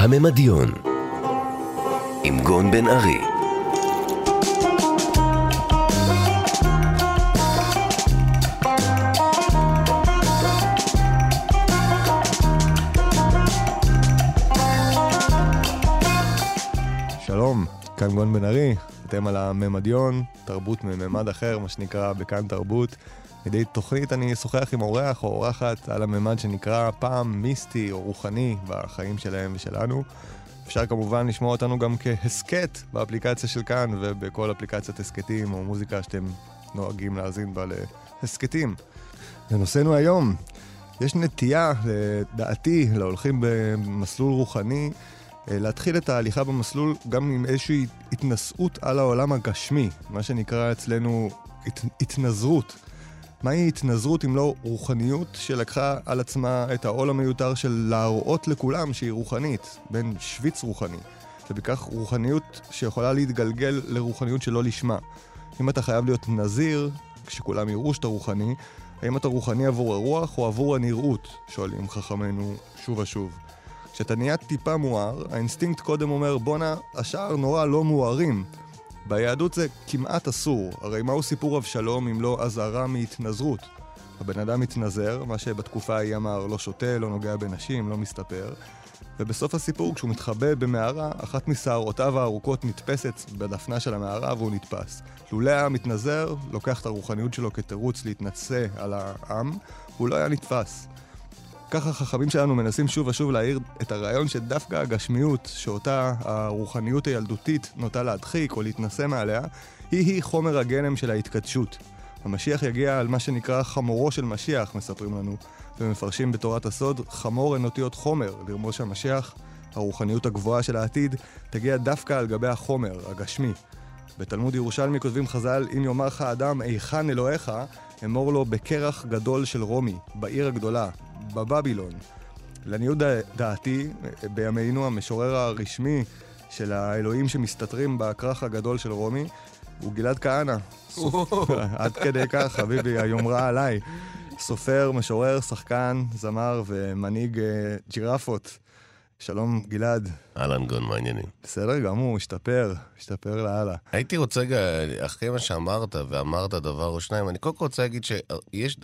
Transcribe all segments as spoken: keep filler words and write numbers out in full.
הממדיון עם גון בן ארי. שלום, כאן גון בן ארי, אתם על הממדיון, תרבות מממד אחר, מה שנקרא בכאן תרבות. מדי תוכנית אני אשוחח עם אורח או אורחת על הממד שנקרא פעם מיסטי או רוחני בחיים שלהם ושלנו. אפשר כמובן לשמוע אותנו גם כהסקט באפליקציה של כאן ובכל אפליקציית הסקטים או מוזיקה שאתם נוהגים להאזין בה להסקטים. לנושאנו היום, יש נטייה לדעתי להולכים במסלול רוחני להתחיל את ההליכה במסלול גם עם איזושהי התנסות על העולם הגשמי, מה שנקרא אצלנו הת... התנזרות. מהי התנזרות אם לא רוחניות שלקחה על עצמה את העול המיותר של להראות לכולם שהיא רוחנית, בין שוויץ רוחני, ובכך רוחניות שיכולה להתגלגל לרוחניות שלא לשמה. אם אתה חייב להיות נזיר, כשכולם יראו שאתה רוחני, האם אתה רוחני עבור הרוח או עבור הנראות, שואלים חכמינו שוב ושוב. כשאתה נהיה טיפה מואר, האינסטינקט קודם אומר, בונה, השאר נורא לא מוארים. ביהדות זה כמעט אסור, הרי מהו סיפור אבשלום אם לא אזהרה מהתנזרות? הבן אדם מתנזר, מה שבתקופה ההיא אמר, לא שותה, לא נוגע בנשים, לא מסתפר. ובסוף הסיפור, כשהוא מתחבא במערה, אחת משערותיו הארוכות נתפסת בדפנה של המערה והוא נתפס. לולא היה מתנזר, לוקח את הרוחניות שלו כתירוץ להתנצא על העם, הוא לא היה נתפס. ככה החכמים שלנו מנסים שוב ושוב להעיר את הרעיון שדווקא הגשמיות, שאותה הרוחניות הילדותית נוטה להדחיק או להתנסה מעליה, היא-היא חומר הגלם של ההתקדשות. המשיח יגיע על מה שנקרא חמורו של משיח, מספרים לנו, ומפרשים בתורת הסוד, חמור אין אותיות חומר, לרמוז שהמשיח, הרוחניות הגבוהה של העתיד, תגיע דווקא על גבי החומר, הגשמי. בתלמוד ירושלמי כותבים חז"ל, אם יאמר לך אדם איכן אלוהיך, אמור לו בקרח גדול של רומי, בעיר הגדולה, בבבילון. לעניות דעתי, בימינו המשורר הרשמי של האלוהים שמסתתרים בכרך הגדול של רומי, הוא גלעד כהנא. עד כדי כך, חביבי, היומרה עליי. סופר, משורר, שחקן, זמר ומנהיג ג'ירפות. שלום גלעד. אהלן גון, מה העניינים? בסדר גמור, השתפר, השתפר להלאה. הייתי רוצה רגע, אחרי מה שאמרת, ואמרת דבר או שניים, אני קודם כל רוצה להגיד שיש,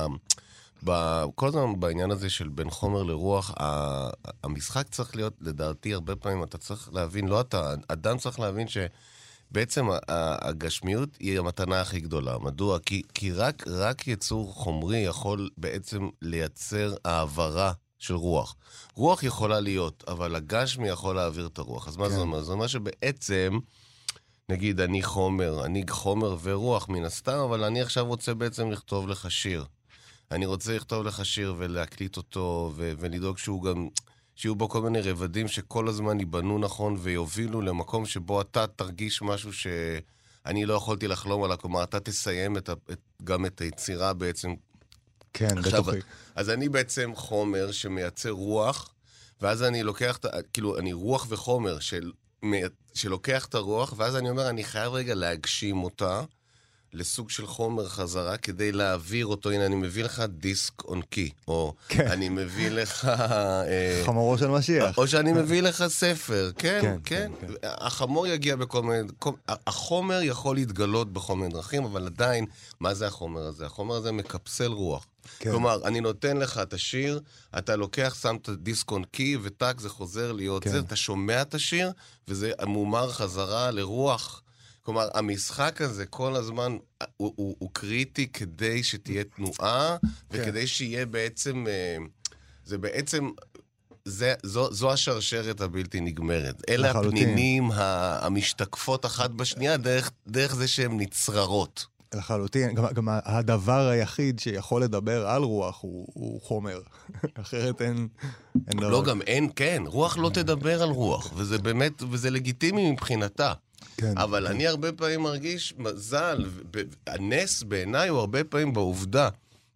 כל הזמן בעניין הזה של בין חומר לרוח, המשחק צריך להיות, לדעתי, הרבה פעמים אתה צריך להבין, לא אתה, אדם צריך להבין שבעצם הגשמיות היא המתנה הכי גדולה. מדוע? כי, כי רק, רק יצור חומרי יכול בעצם לייצר העברה של רוח. רוח יכולה להיות, אבל הגשמי יכול להעביר את הרוח. אז מה כן. זה אומר? זה אומר שבעצם, נגיד, אני חומר, אני חומר ורוח מן הסתם, אבל אני עכשיו רוצה בעצם לכתוב לך שיר. אני רוצה לכתוב לך שיר ולהקליט אותו, ו- ולדאוג שהוא גם, שיהיו בו כל מיני רבדים שכל הזמן ייבנו נכון, ויובילו למקום שבו אתה תרגיש משהו שאני לא יכולתי לחלום עליו, כלומר, אתה תסיים את ה- את, גם את היצירה בעצם, כן, עכשיו, בתוכי. אז אני בעצם חומר שמייצר רוח, ואז אני לוקח, כאילו, אני רוח וחומר של, שלוקח את הרוח, ואז אני אומר, אני חייב רגע להגשים אותה, לסוג של חומר חזרה, כדי להעביר אותו. הנה, אני מביא לך דיסק און קי, או כן. אני מביא לך... חמורו של משיח. או שאני מביא לך ספר, כן, כן. כן. כן, כן. החמור יגיע בכל מיני... החומר יכול להתגלות בכל מיני דרכים, אבל עדיין, מה זה החומר הזה? החומר הזה מקפסל רוח. כן. כלומר, אני נותן לך את השיר, אתה לוקח, שם את הדיסק און קי, וטק זה חוזר להיות כן. זה, אתה שומע את השיר, וזה מומר חזרה לרוח. כלומר, המשחק הזה כל הזמן הוא, הוא, הוא קריטי כדי שתהיה תנועה, כן. וכדי שיהיה בעצם, זה בעצם, זה, זו, זו השרשרת הבלתי נגמרת. אלה הפנינים המשתקפות אחת בשנייה, דרך, דרך זה שהן נצררות. לחלוטין, גם, גם הדבר היחיד שיכול לדבר על רוח הוא, הוא חומר. אחרת אין, אין דבר. לא, גם אין, כן, רוח לא תדבר על רוח, וזה באמת, וזה לגיטימי מבחינתה. כן, אבל כן. אני הרבה פעמים מרגיש מזל, הנס בעיניי הוא הרבה פעמים בעובדה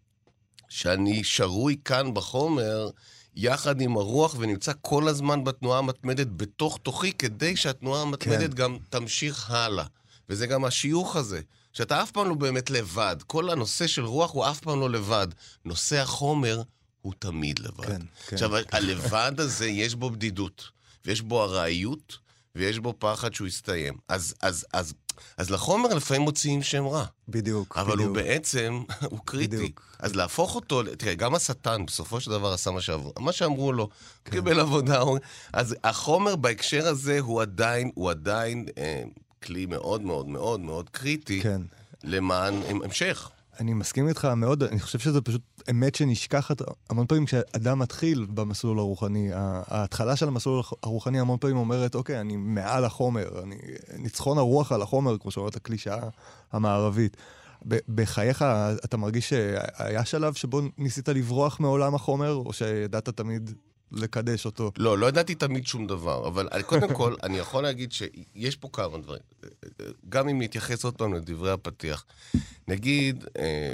שאני שרוי כאן בחומר יחד עם הרוח ונמצא כל הזמן בתנועה המתמדת בתוך תוכי, כדי שהתנועה המתמדת כן. גם תמשיך הלאה. וזה גם השיוך הזה, שאתה אף פעם לא באמת לבד. כל הנושא של רוח הוא אף פעם לא לבד. נושא החומר הוא תמיד לבד. כן, כן, עכשיו, כן. הלבד הזה יש בו בדידות. ויש בו ארעיות, ויש בו פחד שהוא יסתיים. אז, אז, אז, אז לחומר לפעמים מוציאים שם רע. בדיוק, אבל בדיוק. הוא בעצם, הוא קריטי. בדיוק. אז להפוך אותו, תראה, גם השטן בסופו של דבר עשה מה שאמרו, מה שאמרו לו, כן. קיבל עבודה. אז החומר בהקשר הזה הוא עדיין, הוא עדיין אה, כלי מאוד מאוד מאוד מאוד קריטי, כן. למען המשך. אני מסכים איתך מאוד, אני חושב שזה פשוט אמת שנשכחת המון פעמים כשאדם מתחיל במסלול הרוחני. ההתחלה של המסלול הרוחני המון פעמים אומרת, אוקיי, אני מעל החומר, אני ניצחון הרוח על החומר, כמו שאומרת הקלישאה המערבית. בחייך אתה מרגיש שהיה שלב שבו ניסית לברוח מעולם החומר, או שידעת תמיד לקדש אותו? לא, לא ידעתי תמיד שום דבר, אבל קודם כל, אני יכול להגיד שיש פה כמה דברים. גם אם נתייחס עוד פעם לדברי הפתיח. נגיד,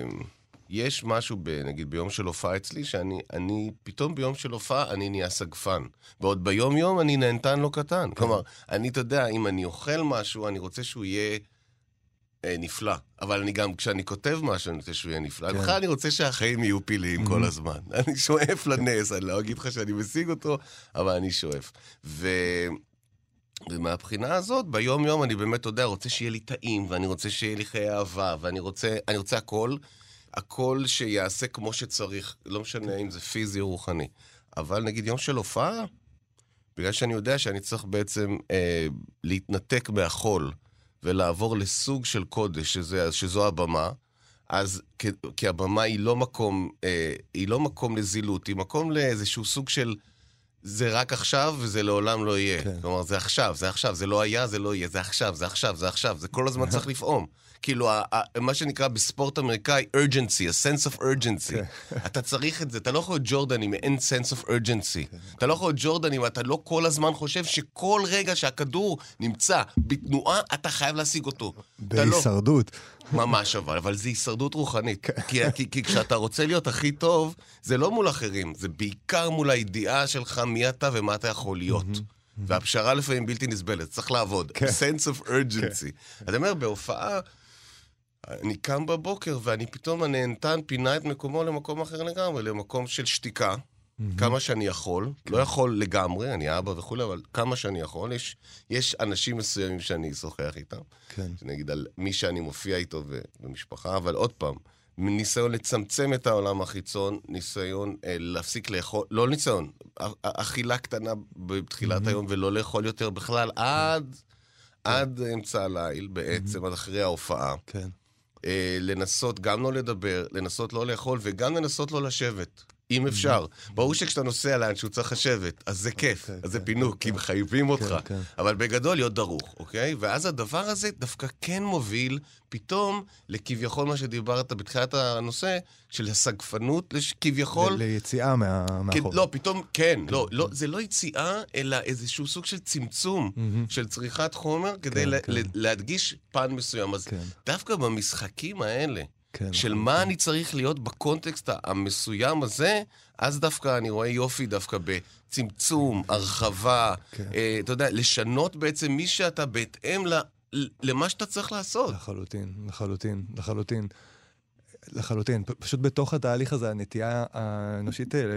יש משהו, נגיד, ביום של הופעה אצלי, שאני, אני, פתאום ביום של הופעה, אני נהיה סגפן. ועוד ביום יום אני נהנתן לא קטן. כלומר, אני, אתה יודע, אם אני אוכל משהו, אני רוצה שהוא יהיה נפלא. אבל אני גם, כשאני כותב משהו, אני רוצה שהוא יהיה נפלא. בכלל אני רוצה שהחיים יהיו פיליים כל הזמן. אני שואף לנס, אני לא אגיד לך שאני משיג אותו, אבל אני שואף. ו... ומהבחינה הזאת, ביום יום אני באמת, אתה יודע, רוצה שיהיה לי טעים, ואני רוצה שיהיה לי חיי אהבה, ואני רוצה, אני רוצה הכל, הכל שיעשה כמו שצריך, לא משנה אם זה פיזי או רוחני. אבל נגיד יום של הופעה, בגלל שאני יודע שאני צריך בעצם אה, להתנתק מהחול, ולעבור לסוג של קודש, שזה, שזו הבמה, אז כי, כי הבמה היא לא מקום, אה, היא לא מקום לזילות, היא מקום לאיזשהו סוג של, זה רק עכשיו וזה לעולם לא יהיה. כן. כלומר, זה עכשיו, זה עכשיו, זה לא היה, זה לא יהיה, זה עכשיו, זה עכשיו, זה עכשיו, זה כל הזמן צריך לפעום. כאילו, ה- ה- מה שנקרא בספורט אמריקאי, urgency, a sense of urgency. כן. אתה צריך את זה, אתה לא יכול להיות ג'ורדן אם אין sense of urgency. כן. אתה לא יכול להיות ג'ורדן אם אתה לא כל הזמן חושב שכל רגע שהכדור נמצא בתנועה, אתה חייב להשיג אותו. בהישרדות. לא... ממש אבל, אבל זה הישרדות רוחנית. כי, כי, כי כשאתה רוצה להיות הכי טוב, זה לא מול אחרים, זה בעיקר מול הידיעה שלך מי אתה ומה אתה יכול להיות. והפשרה לפעמים בלתי נסבלת, צריך לעבוד. sense of urgency. אתה אומר, בהופעה, אני קם בבוקר ואני פתאום הנהנתן פינה את מקומו למקום אחר לגמרי, למקום של שתיקה, כמה שאני יכול, לא יכול לגמרי, אני אבא וכו', אבל כמה שאני יכול, יש, יש אנשים מסוימים שאני אשוחח איתם, נגיד על מי שאני מופיע איתו במשפחה, אבל עוד פעם, ניסיון לצמצם את העולם החיצון, ניסיון אה, להפסיק לאכול, לא ניסיון, אכילה קטנה בתחילת היום ולא לאכול יותר בכלל, עד, עד אמצע הליל בעצם, עד אחרי ההופעה. כן. אה, לנסות גם לא לדבר, לנסות לא לאכול וגם לנסות לא לשבת. אם אפשר. ברור שכשאתה נוסע לאן שהוא צריך לשבת, אז זה כיף, אז זה פינוק, כי מחייבים אותך. אבל בגדול להיות דרוך, אוקיי? ואז הדבר הזה דווקא כן מוביל פתאום לכביכול מה שדיברת בתחילת הנושא, של הסגפנות, כביכול... ליציאה מהחוב. לא, פתאום, כן, לא, זה לא יציאה, אלא איזשהו סוג של צמצום של צריכת חומר, כדי להדגיש פן מסוים. אז דווקא במשחקים האלה, כן, של נכון. מה אני צריך להיות בקונטקסט המסוים הזה, אז דווקא אני רואה יופי דווקא בצמצום, הרחבה, כן. אה, אתה יודע, לשנות בעצם מי שאתה בהתאם ל, למה שאתה צריך לעשות. לחלוטין, לחלוטין, לחלוטין. לחלוטין. פשוט בתוך התהליך הזה, הנטייה האנושית אה, אה,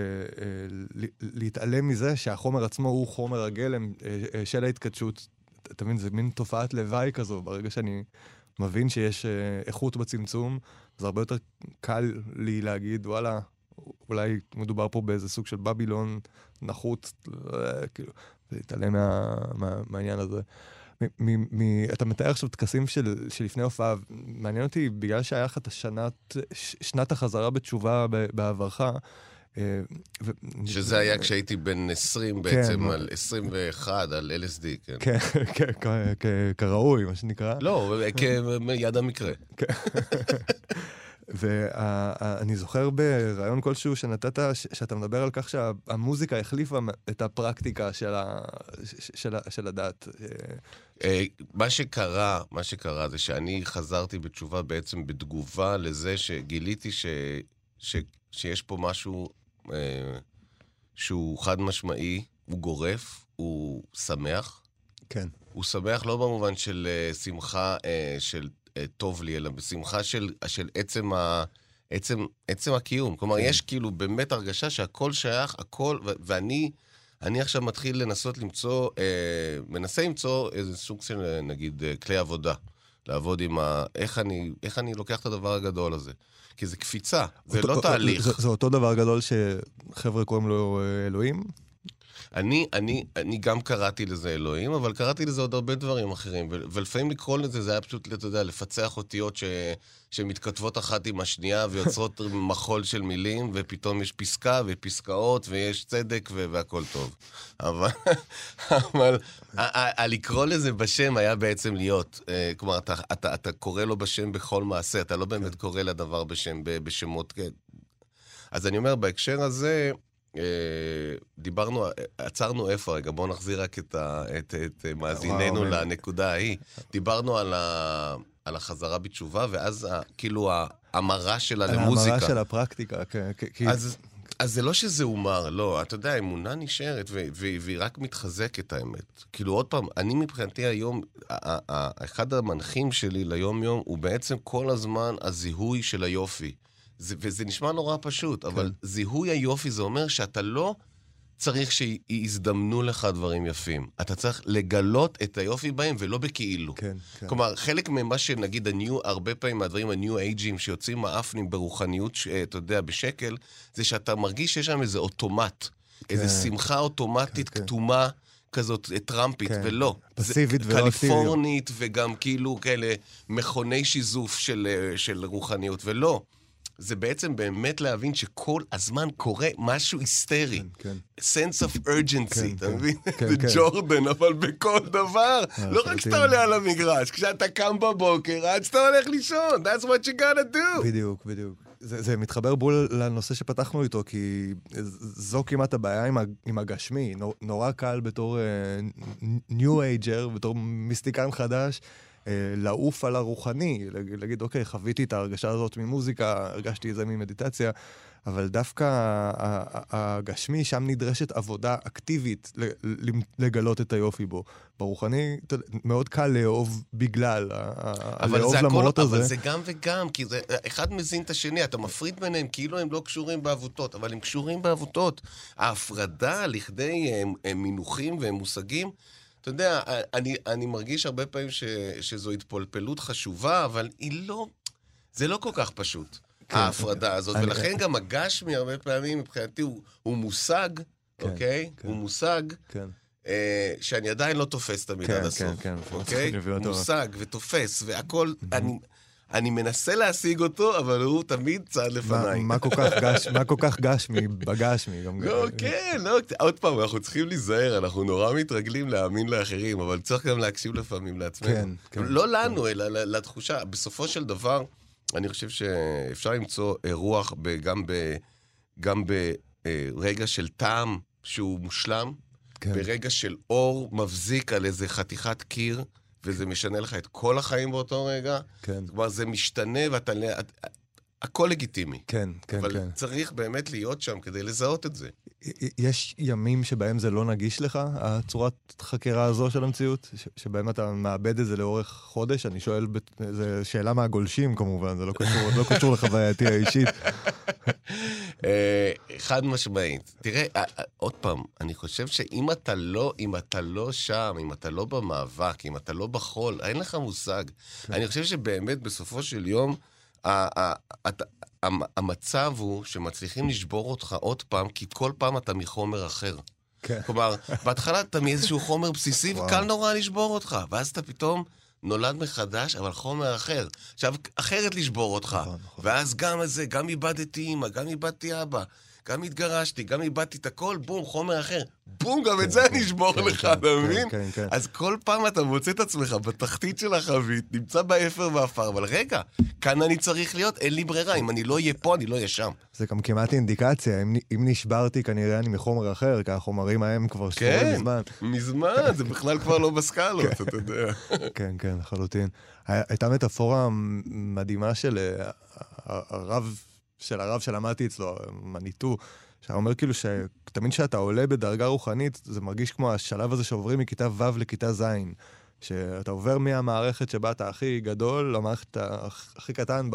להתעלם מזה שהחומר עצמו הוא חומר הגלם אה, של ההתקדשות. אתה מבין, זה מין תופעת לוואי כזו, ברגע שאני... מבין שיש איכות בצמצום, זה הרבה יותר קל לי להגיד, וואלה, אולי מדובר פה באיזה סוג של בבילון נחות, כאילו, להתעלם מה, מה, מהעניין הזה. מ, מ, מ, אתה מתאר עכשיו תקסים של, של לפני הופעה, מעניין אותי, בגלל שהיה לך את השנת, שנת החזרה בתשובה בעברך, שזה היה כשהייתי בן עשרים בעצם, על עשרים ואחת, על אל אס די, כן. כראוי, מה שנקרא. לא, כיד המקרה. ואני זוכר ברעיון כלשהו שנתת, שאתה מדבר על כך שהמוזיקה החליפה את הפרקטיקה של הדת. מה שקרה, מה שקרה זה שאני חזרתי בתשובה בעצם בתגובה לזה שגיליתי שיש פה משהו שהוא חד משמעי, הוא גורף, הוא שמח. כן. הוא שמח לא במובן של שמחה של טוב לי, אלא בשמחה של, של עצם, ה, עצם, עצם הקיום. כלומר, כן. יש כאילו באמת הרגשה שהכל שייך, הכל, ו- ואני, אני עכשיו מתחיל לנסות למצוא, אה, מנסה למצוא איזה סוג של, נגיד, כלי עבודה. לעבוד עם ה... איך אני, איך אני לוקח את הדבר הגדול הזה. כי זה קפיצה, זה אותו, לא תהליך. זה, זה אותו דבר גדול שחבר'ה קוראים לו אלוהים? אני, אני, אני גם קראתי לזה אלוהים, אבל קראתי לזה עוד הרבה דברים אחרים, ו- ולפעמים לקרוא לזה, זה היה פשוט, אתה יודע, לפצח אותיות ש- שמתכתבות אחת עם השנייה, ויוצרות מחול של מילים, ופתאום יש פסקה ופסקאות, ויש צדק ו- והכל טוב. אבל, אבל ה- ה- לקרוא לזה בשם היה בעצם להיות, כלומר, אתה, אתה, אתה קורא לו בשם בכל מעשה, אתה לא באמת קורא לדבר בשם, בשמות, אז אני אומר, בהקשר הזה, דיברנו, עצרנו איפה רגע, בואו נחזיר רק את, ה, את, את מאזיננו לנקודה ההיא. דיברנו על, ה, על החזרה בתשובה, ואז ה, כאילו האמרה שלה למוזיקה. האמרה של הפרקטיקה. אז, אז זה לא שזה אומר, לא, אתה יודע, אמונה נשארת, ו, ו, והיא רק מתחזקת האמת. כאילו עוד פעם, אני מבחינתי היום, אחד המנחים שלי ליום יום, הוא בעצם כל הזמן הזיהוי של היופי. זה, וזה נשמע נורא פשוט, אבל כן. זיהוי היופי זה אומר שאתה לא צריך שיזדמנו לך דברים יפים. אתה צריך לגלות את היופי בהם ולא בכאילו. כן, כן. כלומר, חלק ממה שנגיד, הניו, הרבה פעמים מהדברים, הניו אייג'ים שיוצאים מאפנים ברוחניות, אתה יודע, בשקל, זה שאתה מרגיש שיש שם איזה אוטומט, כן. איזה שמחה אוטומטית כן, כתומה, כן. כזאת טראמפית, כן. ולא. פסיבית ולא אקטיבית. קליפורנית וגם כאילו כאלה מכוני שיזוף של, של רוחניות, ולא. זה בעצם באמת להבין שכל הזמן קורה משהו היסטרי. כן, כן. sense of urgency, אתה מבין? זה ג'ורדן, אבל בכל דבר. לא רק שאתה עולה על המגרש, כשאתה קם בבוקר, עד שאתה הולך לישון. That's what you gotta do. בדיוק, בדיוק. זה, זה מתחבר בול לנושא שפתחנו איתו, כי זו כמעט הבעיה עם, עם הגשמי. נור, נורא קל בתור ניו אייג'ר, בתור מיסטיקן חדש, לעוף על הרוחני, להגיד, אוקיי, חוויתי את ההרגשה הזאת ממוזיקה, הרגשתי את זה ממדיטציה, אבל דווקא הגשמי, שם נדרשת עבודה אקטיבית לגלות את היופי בו. ברוחני, מאוד קל לאהוב בגלל, לאהוב למרות הזה. אבל זה גם וגם, כי זה, אחד מזין את השני, אתה מפריד ביניהם, כאילו הם לא קשורים בעבותות, אבל הם קשורים בעבותות. ההפרדה לכדי מינוחים ומושגים, אתה יודע, אני, אני מרגיש הרבה פעמים ש, שזו התפולפלות חשובה, אבל היא לא, זה לא כל כך פשוט, כן, ההפרדה כן. הזאת, אני, ולכן אני... גם הגשמי הרבה פעמים מבחינתי הוא, הוא מושג, כן, אוקיי? כן. הוא מושג, כן. אה, שאני עדיין לא תופס תמיד כן, עד הסוף, כן, כן, אוקיי? מושג ותופס, והכל, אני... אני מנסה להשיג אותו, אבל הוא תמיד צעד לפניי. מה כל כך גש, מה כל כך גשמי, בגשמי? לא, כן, לא, עוד פעם, אנחנו צריכים להיזהר, אנחנו נורא מתרגלים להאמין לאחרים, אבל צריך גם להקשיב לפעמים לעצמנו. כן, כן. לא לנו, אלא לתחושה. בסופו של דבר, אני חושב שאפשר למצוא רוח גם ברגע של טעם שהוא מושלם, ברגע של אור מבזיק על איזה חתיכת קיר, וזה משנה לך את כל החיים באותו רגע. כן. כלומר, זה משתנה, ואתה... הכל לגיטימי. כן, כן, אבל כן. אבל צריך באמת להיות שם כדי לזהות את זה. יש ימים שבהם זה לא נגיש לך, הצורת חקירה הזו של המציאות, שבהם אתה מאבד את זה לאורך חודש? אני שואל, זו שאלה מהגולשים כמובן, זה לא קשור, לא קשור לחווייתי האישית. חד משמעית. תראה, עוד פעם, אני חושב שאם אתה לא, אם אתה לא שם, אם אתה לא במאבק, אם אתה לא בחול, אין לך מושג. אני חושב שבאמת בסופו של יום, המצב הוא שמצליחים לשבור אותך עוד פעם, כי כל פעם אתה מחומר אחר. כלומר, בהתחלה אתה מאיזשהו חומר בסיסי, וקל נורא לשבור אותך, ואז אתה פתאום נולד מחדש, אבל חומר אחר. עכשיו, אחרת לשבור אותך. ואז גם הזה, גם איבדתי אמא, גם איבדתי אבא, גם התגרשתי, גם איבדתי את הכל, בום, חומר אחר. בום, גם את זה אני אשבור לך, אתה מבין? אז כל פעם אתה מוצא את עצמך בתחתית של החבית, נמצא באפר ואפר, אבל רגע, כאן אני צריך להיות, אין לי ברירה, אם אני לא אהיה פה, אני לא אהיה שם. זה גם כמעט אינדיקציה, אם נשברתי, כנראה אני מחומר אחר, כי החומרים ההם כבר שבורים מזמן. כן, מזמן, זה בכלל כבר לא בסקלות, אתה יודע. כן, כן, לחלוטין. הייתה מטאפורה מדהימה של הרב, של הרב שלמדתי אצלו, מניטו, שאומר כאילו שתמיד שאתה עולה בדרגה רוחנית, זה מרגיש כמו השלב הזה שעוברים מכיתה ו' לכיתה ז', שאתה עובר מהמערכת שבה אתה הכי גדול למערכת הכי קטן בה.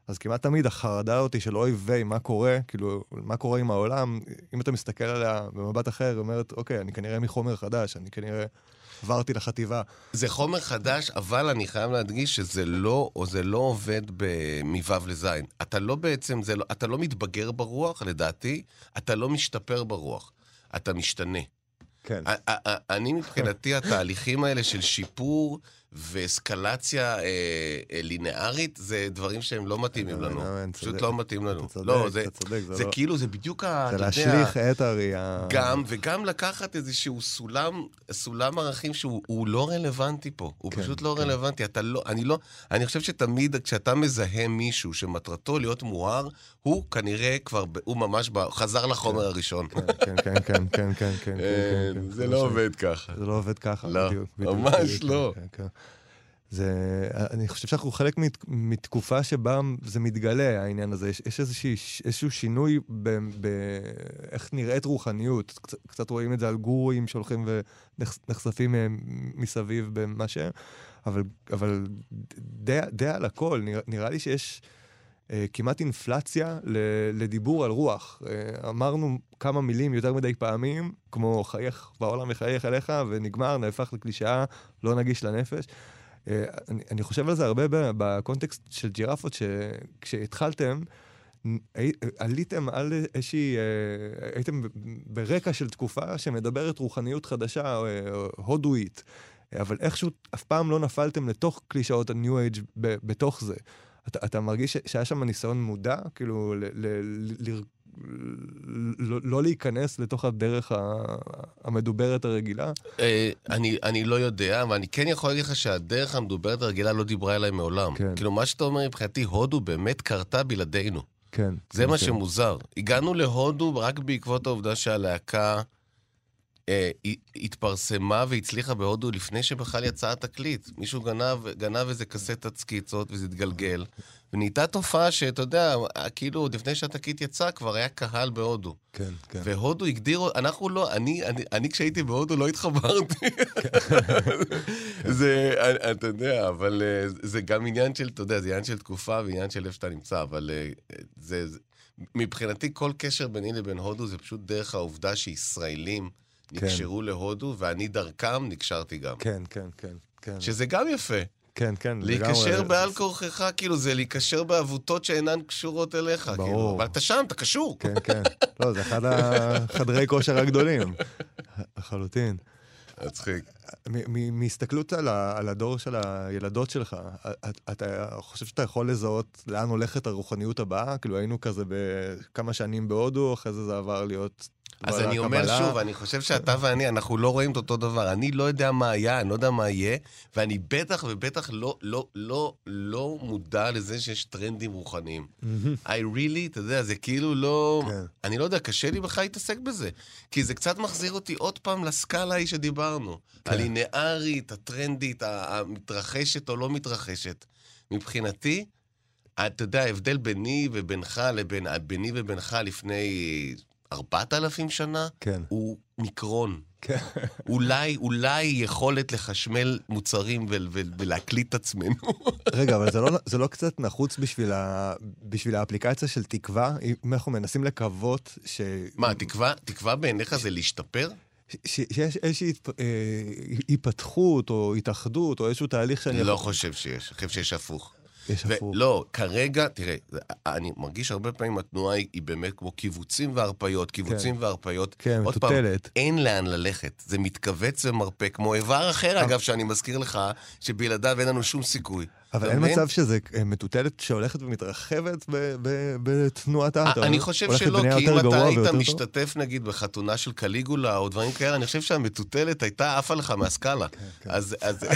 אז כמעט תמיד החרדה אותי של אוי ויי, מה קורה, כאילו, מה קורה עם העולם, אם אתה מסתכל עליה במבט אחר, אומרת, אוקיי, אני כנראה מחומר חדש, אני כנראה עברתי לחטיבה. זה חומר חדש, אבל אני חייב להדגיש שזה לא, או זה לא עובד מו"ב לזין. אתה לא בעצם, זה לא, אתה לא מתבגר ברוח, לדעתי, אתה לא משתפר ברוח, אתה משתנה. כן. אני מבחינתי, התהליכים האלה של שיפור ואסקלציה אה, אה, לינארית, זה דברים שהם לא מתאימים לנו. פשוט לא מתאים לנו. אתה צודק, לא, אתה צודק. זה כאילו, זה בדיוק ה... זה להשליך את הראייה. גם, וגם לקחת איזשהו סולם, סולם ערכים שהוא לא רלוונטי פה. הוא פשוט לא רלוונטי. אתה לא, אני לא, אני חושב שתמיד כשאתה מזהה מישהו שמטרתו להיות מואר, הוא כנראה כבר, הוא ממש חזר לחומר הראשון. כן, כן, כן, כן, כן, כן. זה לא עובד ככה. זה לא עובד ככה. לא, ממש לא. זה, אני חושב שאנחנו חלק מת, מתקופה שבה זה מתגלה, העניין הזה. יש, יש איזושהי, איזשהו שינוי ב, ב, איך נראית רוחניות. קצת, קצת רואים את זה על גורואים שהולכים ונחשפים מסביב במה שהם, אבל, אבל די, די על הכל. נראה, נראה לי שיש אה, כמעט אינפלציה ל, לדיבור על רוח. אה, אמרנו כמה מילים יותר מדי פעמים, כמו חייך בעולם וחייך אליך, ונגמר, נהפך לקלישאה, לא נגיש לנפש. אני, אני חושב על זה הרבה בקונטקסט של ג'ירפות, שכשהתחלתם, עליתם על איזושהי, הייתם ברקע של תקופה שמדברת רוחניות חדשה, הודואית, אבל איכשהו אף פעם לא נפלתם לתוך קלישאות הניו אייג' בתוך זה. אתה, אתה מרגיש שהיה שם ניסיון מודע, כאילו, ל, ל, ל, לא, לא להיכנס לתוך הדרך המדוברת הרגילה? אני, אני לא יודע, אבל אני כן יכול להגיד לך שהדרך המדוברת הרגילה לא דיברה אליי מעולם. כן. כאילו, מה שאתה אומר מבחינתי, הודו באמת קרתה בלעדינו. כן. זה כן, מה כן. שמוזר. הגענו להודו רק בעקבות העובדה שהלהקה אה, התפרסמה והצליחה בהודו לפני שבכלל יצאה התקליט. מישהו גנב, גנב איזה קסטת סקיצות וזה התגלגל. ונהייתה תופעה שאתה יודע, כאילו, לפני שהתקליט יצא, כבר היה קהל בהודו. כן, כן. והודו הגדירו, אנחנו לא, אני, אני, אני כשהייתי בהודו לא התחברתי. זה, אתה יודע, אבל זה גם עניין של, אתה יודע, זה עניין של תקופה ועניין של איפה שאתה נמצא, אבל זה, זה, מבחינתי כל קשר ביני לבין הודו זה פשוט דרך העובדה שישראלים נקשרו להודו, ואני דרכם נקשרתי גם. כן, כן, כן, כן. שזה גם יפה. כן, כן. להיקשר בעל כורכך, כאילו זה להיקשר בעבותות שאינן קשורות אליך. ברור. אבל אתה שם, אתה קשור. כן, כן. לא, זה אחד החדרי כושר הגדולים. לחלוטין. מצחיק. מהסתכלות על הדור של הילדות שלך, אתה חושב שאתה יכול לזהות לאן הולכת הרוחניות הבאה? כאילו היינו כזה בכמה שנים בהודו, אחרי זה זה עבר להיות... אז אני אומר שוב, אני חושב שאתה ואני, אנחנו לא רואים את אותו דבר. אני לא יודע מה היה, אני לא יודע מה יהיה, ואני בטח ובטח לא, לא, לא, לא מודע לזה שיש טרנדים רוחניים. I really, אתה יודע, זה כאילו לא... אני לא יודע, קשה לי בכלל להתעסק בזה. כי זה קצת מחזיר אותי עוד פעם לסקאלה ההיא שדיברנו. הלינארית, הטרנדית, המתרחשת או לא מתרחשת. מבחינתי, אתה יודע, ההבדל ביני ובינך לבין, ביני ובינך לפני... ארבעת אלפים שנה, כן. הוא מיקרון. כן. אולי, אולי יכולת לחשמל מוצרים ו- ו- ולהקליט את עצמנו. רגע, אבל זה לא, זה לא קצת נחוץ בשביל, ה, בשביל האפליקציה של תקווה? אם אנחנו מנסים לקוות ש... מה, תקווה, תקווה בעיניך זה להשתפר? שיש איזושהי היפתחות או התאחדות או איזשהו תהליך שאני... אני לא חושב שיש, אני חושב שיש הפוך. יש הפוך. לא, כרגע, תראה, אני מרגיש הרבה פעמים התנועה היא באמת כמו קיבוצים והרפיות, קיבוצים והרפיות. כן, מטוטלת. אין לאן ללכת. זה מתכווץ ומרפא, כמו איבר אחר, אגב, שאני מזכיר לך, שבלעדיו אין לנו שום סיכוי. אבל אין מצב שזה מטוטלת שהולכת ומתרחבת בתנועת האטר. אני חושב שלא, כי אם אתה היית משתתף, נגיד, בחתונה של קליגולה או דברים כאלה, אני חושב שהמטוטלת הייתה עפה לך מהסקאלה. אז אתה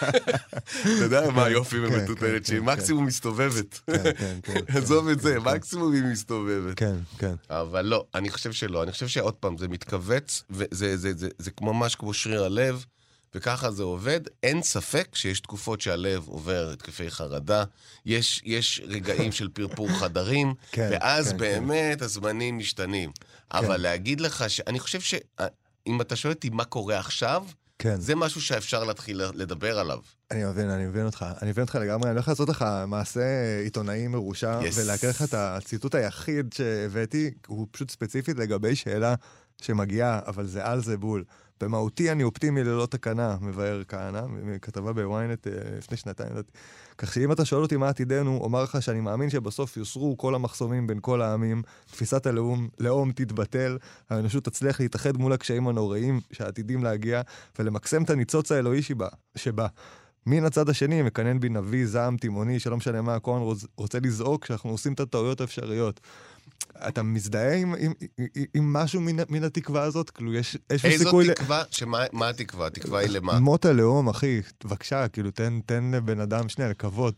יודע מה היופי במטוטלת, שהיא מקסימום מסתובבת. עזוב את זה, מקסימום היא מסתובבת. כן, כן. אבל לא, אני חושב שלא. אני חושב שעוד פעם, זה מתכווץ, וזה ממש כמו שריר הלב, וככה זה עובד. אין ספק שיש תקופות שהלב עובר התקפי חרדה, יש, יש רגעים של פרפור חדרים, כן, ואז כן, באמת כן. הזמנים משתנים. כן. אבל להגיד לך ש... אני חושב שאם אתה שואל אותי מה קורה עכשיו, כן. כן. זה משהו שאפשר להתחיל לדבר עליו. אני מבין, אני מבין אותך. אני מבין אותך לגמרי. אני הולך לעשות לך מעשה עיתונאי מרושע, Yes. ולהקריא לך את הציטוט היחיד שהבאתי, הוא פשוט ספציפית לגבי שאלה שמגיעה, אבל זה על זה בול. במהותי אני אופטימי ללא תקנה, מבאר כהנא, מכתבה בוויינט לפני שנתיים. כך שאם אתה שואל אותי מה עתידנו, אומר לך שאני מאמין שבסוף יוסרו כל המחסומים בין כל העמים, תפיסת הלאום, לאום תתבטל, האנושות תצליח להתאחד מול הקשיים הנוראים שעתידים להגיע, ולמקסם את הניצוץ האלוהי שבה. שבה. מן הצד השני מקנן בי נביא זעם תימוני, שלא משנה מה הכהן רוצה לזעוק כשאנחנו עושים את הטעויות האפשריות. אתה מזדהה עם, עם, עם, עם משהו מן, מן התקווה הזאת? כאילו, יש איזשהו סיכוי... איזו תקווה? שמה, מה התקווה? התקווה היא למה? מות הלאום, אחי, בבקשה, כאילו, תן, תן לבן אדם שנייה, לכבוד.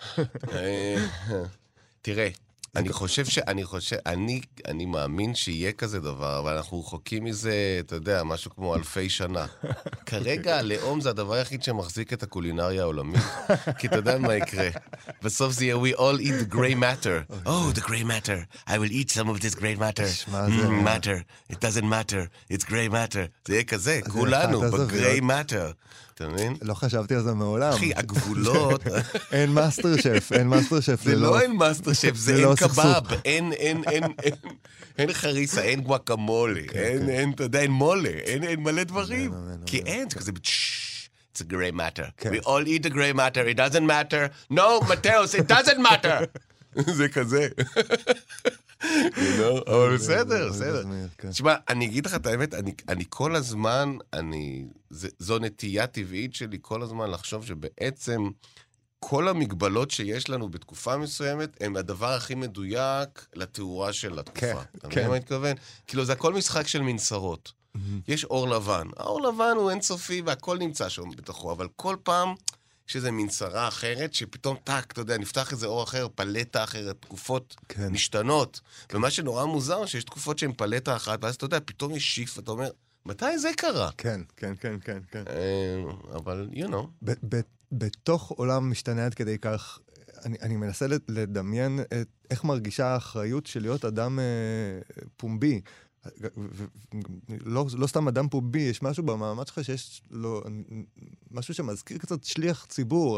תראה, אני חושב ש... אני חושב... אני, אני מאמין שיהיה כזה דבר, אבל אנחנו רחוקים מזה, אתה יודע, משהו כמו אלפי שנה. כרגע הלאום זה הדבר היחיד שמחזיק את הקולינריה העולמית, כי אתה יודע מה יקרה. בסוף זה יהיה, we all eat the gray matter. Oh, the gray matter. I will eat some of this gray matter. Mm, matter. It doesn't matter. It's gray matter. זה יהיה כזה, כולנו, ב-gray matter. אתה מבין? לא חשבתי על זה מעולם. אחי, הגבולות... אין מאסטר שף, אין מאסטר שף. זה לא אין מאסטר שף, זה אין קבב, אין, אין, אין, אין חריסה, אין גואקמולה, אין, אתה יודע, אין מולה, אין מלא דברים. כי אין, זה כזה... It's a gray matter. We all eat the gray matter. It doesn't matter. No, Mateus, it doesn't matter. זה כזה. אבל בסדר, בסדר. תשמע, אני אגיד לך את האמת, אני כל הזמן, זו נטייה טבעית שלי כל הזמן לחשוב שבעצם כל המגבלות שיש לנו בתקופה מסוימת, הם הדבר הכי מדויק לתאורה של התקופה. אתה מבין מה התכוון? כאילו, זה הכל משחק של מנסרות. יש אור לבן. האור לבן הוא אינסופי והכל נמצא שם בתוכו, אבל כל פעם... שזה מנסרה אחרת, שפתאום טק, אתה יודע, נפתח איזה אור אחר, פלטה אחרת, תקופות כן. משתנות. כן. ומה שנורא מוזר, שיש תקופות שהן פלטה אחת, ואז אתה יודע, פתאום יש שיף, ואתה אומר, מתי זה קרה? כן, כן, כן, כן. כן. אבל, you know. ב- ב- בתוך עולם משתנה עד כדי כך, אני, אני מנסה לדמיין את, איך מרגישה האחריות של להיות אדם אה, פומבי. לא, לא סתם אדם פומבי, יש משהו במעמד שלך שיש לו, משהו שמזכיר קצת שליח ציבור.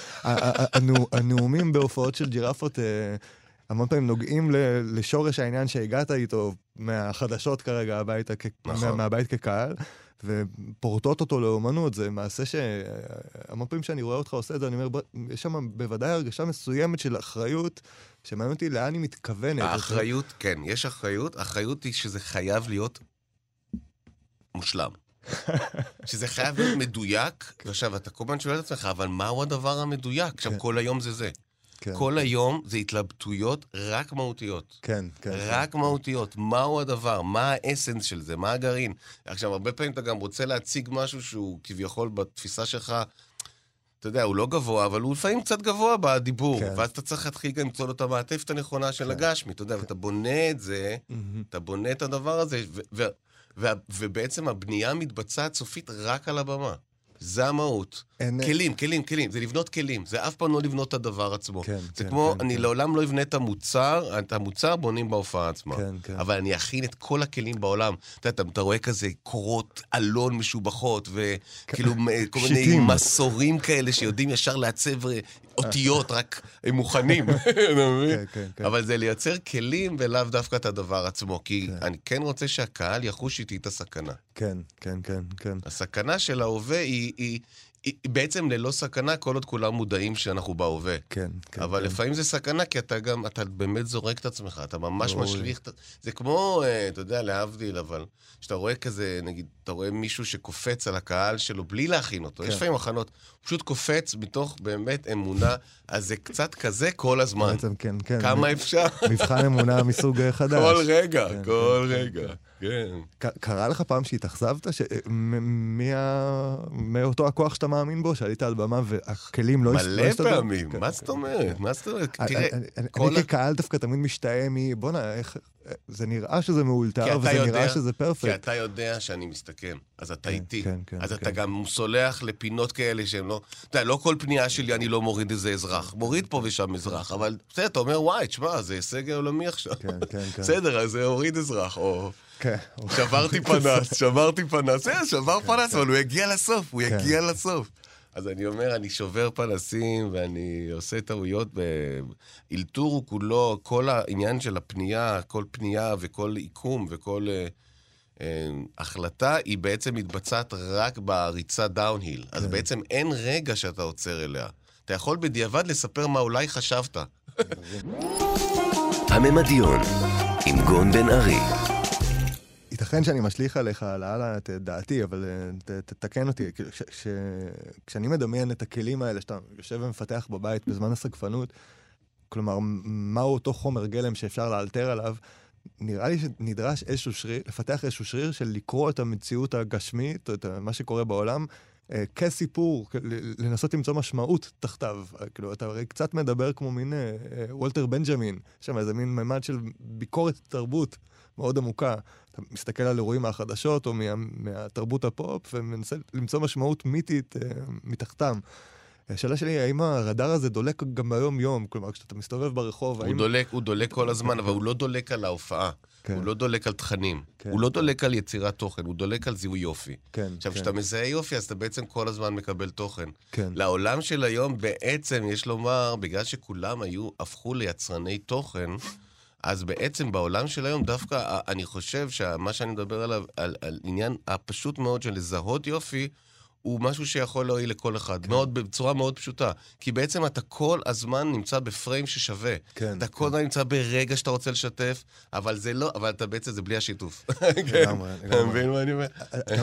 הנאומים בהופעות של ג'ירפות המון פעמים נוגעים לשורש העניין שהגעת איתו מהחדשות כרגע הביתה, מהבית כקהל, ופורטות אותו לאומנות. זה מעשה שהמון פעמים שאני רואה אותך עושה את זה, אני אומר, יש שם בוודאי הרגשה מסוימת של אחריות, שמעניין אותי לאן היא מתכוונת. האחריות, כן, יש אחריות. האחריות היא שזה חייב להיות מושלם. שזה חייב להיות מדויק. ועכשיו, אתה כל פעם שואל את עצמך, אבל מהו הדבר המדויק? עכשיו, כל היום זה זה. כל היום זה התלבטויות רק מהותיות. כן, כן. רק מהותיות. מהו הדבר? מה האסנס של זה? מה הגרעין? עכשיו, הרבה פעמים אתה גם רוצה להציג משהו שהוא כביכול בתפיסה שלך, אתה יודע, הוא לא גבוה, אבל הוא לפעמים קצת גבוה בדיבור, כן. ואז אתה צריך להתחיל גם למצוא לו את המעטפת הנכונה של כן. הגשמי, אתה יודע, כן. ואתה בונה את זה, mm-hmm. אתה בונה את הדבר הזה, ו- ו- ו- ובעצם הבנייה מתבצעת סופית רק על הבמה. זה המהות. אין... כלים, כלים, כלים. זה לבנות כלים. זה אף פעם לא לבנות את הדבר עצמו. כן, זה כן, כמו, כן, אני כן. לעולם לא אבנה את המוצר, את המוצר בונים בהופעה עצמה. כן, כן. אבל אני אכין את כל הכלים בעולם. אתה יודע, אתה רואה כזה קורות אלון משובחות, וכאילו כל מיני מסורים כאלה שיודעים ישר לעצב אותיות, רק הם מוכנים. אבל זה לייצר כלים ולאו דווקא את הדבר עצמו. כי אני כן רוצה שהקהל יחוש איתי את הסכנה. כן, כן, כן, כן. הסכנה של ההווה היא, היא, היא בעצם ללא סכנה, כל עוד כולם מודעים שאנחנו בהווה. כן, כן. אבל כן. לפעמים זה סכנה, כי אתה גם, אתה באמת זורק את עצמך, אתה ממש משליך, זה כמו, אתה יודע, להבדיל, אבל שאתה רואה כזה, נגיד, אתה רואה מישהו שקופץ על הקהל שלו בלי להכין אותו, כן. יש לפעמים הכנות, הוא פשוט קופץ מתוך באמת אמונה, אז זה קצת כזה כל הזמן. בעצם, כן, כן. כמה אפשר? מבחן אמונה מסוג חדש. כל רגע, כן, כל כן, רגע. כן. כן. קרה לך פעם שהתאכזבת מאותו הכוח שאתה מאמין בו, שעלית על במה והכלים לא... מלא פעמים, מה זאת אומרת? מה זאת אומרת? תראה, אני כקהל דווקא תמיד משתאה מ... בוא'נה, איך... זה נראה שזה מאולתר, וזה נראה שזה פרפקט. כי אתה יודע שאני מסתכם, אז אתה איתי. אז אתה גם סולח לפינות כאלה שהם לא... אתה יודע, לא כל פנייה שלי אני לא מוריד איזה אזרח. מוריד פה ושם אזרח, אבל בסדר, אתה אומר, וואי, תשמע, זה הישג העולמי עכשיו. בסדר, אז זה הוריד אזרח, או... כן. שברתי פנס, שברתי פנס, אה, שבר פנס, אבל הוא יגיע לסוף, הוא יגיע לסוף. אז אני אומר, אני שובר פנסים, ואני עושה טעויות, אילתור הוא כולו, כל העניין של הפנייה, כל פנייה וכל עיקום וכל אה, אה, החלטה, היא בעצם מתבצעת רק בריצה דאונהיל. אז בעצם אין רגע שאתה עוצר אליה. אתה יכול בדיעבד לספר מה אולי חשבת. הממדיון, עם גון בן ארי. ייתכן שאני משליך עליך הלאה את דעתי, אבל ת, תתקן אותי. כש, כש, כשאני מדמיין את הכלים האלה שאתה יושב ומפתח בבית בזמן הסקפנות, כלומר, מהו אותו חומר גלם שאפשר לאלתר עליו, נראה לי שנדרש איזשהו שריר, לפתח איזשהו שריר של לקרוא את המציאות הגשמית, או את מה שקורה בעולם, כסיפור, לנסות למצוא משמעות תחתיו. כאילו, אתה הרי קצת מדבר כמו מין וולטר בנג'מין, שם איזה מין ממד של ביקורת תרבות מאוד עמוקה. אתה מסתכל על אירועים מהחדשות או מה, מהתרבות הפופ, ומנסה למצוא משמעות מיתית מתחתם. השאלה שלי, האם הרדאר הזה דולק גם ביום יום? כלומר, כשאתה מסתובב ברחוב, הוא האם... דולק, הוא דולק כל הזמן, אבל הוא לא דולק על ההופעה. כן. הוא לא דולק על תכנים. כן. הוא לא דולק על יצירת תוכן, הוא דולק על זיהוי יופי. כן, עכשיו, כשאתה כן. מזהה יופי, אז אתה בעצם כל הזמן מקבל תוכן. כן. לעולם של היום, בעצם, יש לומר, בגלל שכולם היו, הפכו ליצרני תוכן, אז בעצם בעולם של היום, דווקא אני חושב שמה שאני מדבר עליו, על, על עניין הפשוט מאוד של לזהות יופי, הוא משהו שיכול להועיל לכל אחד, כן. מאוד, בצורה מאוד פשוטה. כי בעצם אתה כל הזמן נמצא בפריים ששווה. כן, אתה כן. כל הזמן נמצא ברגע שאתה רוצה לשתף, אבל זה לא, אבל אתה בעצם זה בלי השיתוף. לגמרי, לגמרי. אתה מבין מה אני אומר?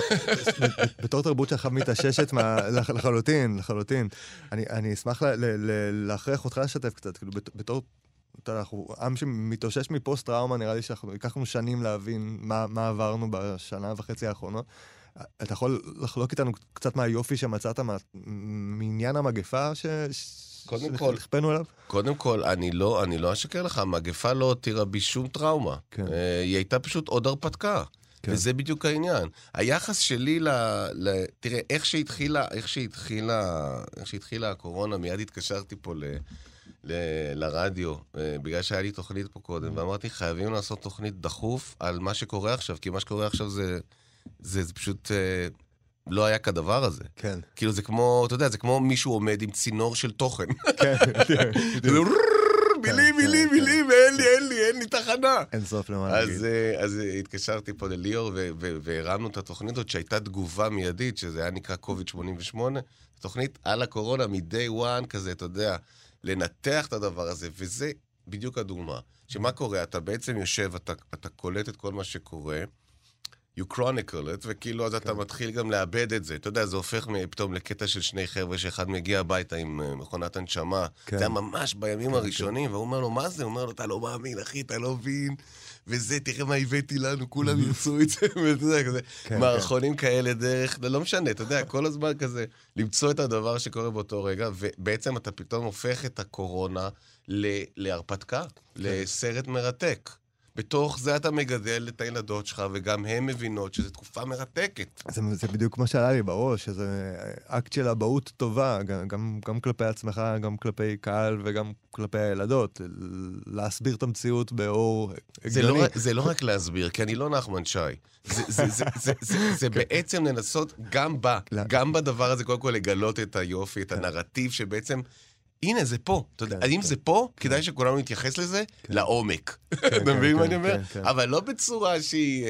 בתור תרבות שלך מתעששת לחלוטין, לחלוטין. אני אשמח להכריח אותך לשתף קצת, כאילו בתור... אנחנו עם שמתאושש מפוסט-טראומה, נראה לי שאנחנו ייקחנו שנים להבין מה, מה עברנו בשנה וחצי האחרונות. אתה יכול לחלוק איתנו קצת מהיופי שמצאת מעניין המגפה ש... קודם כל, שכפנו אליו? קודם כל, אני לא, אני לא אשקר לך, המגפה לא הותירה בי שום טראומה. כן. היא הייתה פשוט עוד הרפתקה. כן. וזה בדיוק העניין. היחס שלי ל... ל... תראה, איך שהתחילה, איך שהתחילה, איך שהתחילה הקורונה, מיד התקשרתי פה ל... ל... לרדיו, בגלל שהיה לי תוכנית פה קודם, ואמרתי, חייבים לעשות תוכנית דחוף על מה שקורה עכשיו, כי מה שקורה עכשיו זה... זה, זה פשוט אה, לא היה כדבר הזה. כן. כאילו זה כמו, אתה יודע, זה כמו מישהו עומד עם צינור של תוכן. כן, כן. מילים, מילים, מילים, ואין לי, אין לי, אין לי תחנה. אין סוף למה להגיד. אז התקשרתי פה לליאור, והרמנו את התוכנית הזאת, שהייתה תגובה מיידית, שזה היה נקרא קוביד שמונים ושמונה, תוכנית על הקורונה, מ-day one כזה, אתה יודע, לנתח את הדבר הזה, וזה בדיוק הדוגמה. שמה קורה? אתה בעצם יושב, אתה קולט את כל מה שקורה, you chronicle it, וכאילו אז אתה מתחיל גם לאבד את זה. אתה יודע, זה הופך פתאום לקטע של שני חבר'ה שאחד מגיע הביתה עם מכונת הנשמה. זה היה ממש בימים הראשונים, והוא אומר לו, מה זה? הוא אומר לו, אתה לא מאמין, אחי, אתה לא מבין. וזה, תראה מה הבאתי לנו, כולם ירצו את זה. ואתה יודע, כזה, מערכונים כאלה דרך, זה לא משנה, אתה יודע, כל הזמן כזה, למצוא את הדבר שקורה באותו רגע, ובעצם אתה פתאום הופך את הקורונה להרפתקה, לסרט מרתק. בתוך זה אתה מגדל את הילדות שלך, וגם הן מבינות שזו תקופה מרתקת. זה, זה בדיוק מה שעלה לי בראש, שזה אקט של הבאות טובה, גם, גם, גם כלפי עצמך, גם כלפי קהל וגם כלפי הילדות, להסביר את המציאות באור זה לא, זה לא רק להסביר, כי אני לא נחמן שי. זה, זה, זה, זה, זה, זה בעצם לנסות גם בה, גם בדבר הזה, קודם כל לגלות את היופי, את הנרטיב שבעצם... הנה, זה פה. אם זה פה, כדאי שכולנו נתייחס לזה לעומק. אתה מבין מה אני אומר? אבל לא בצורה שהיא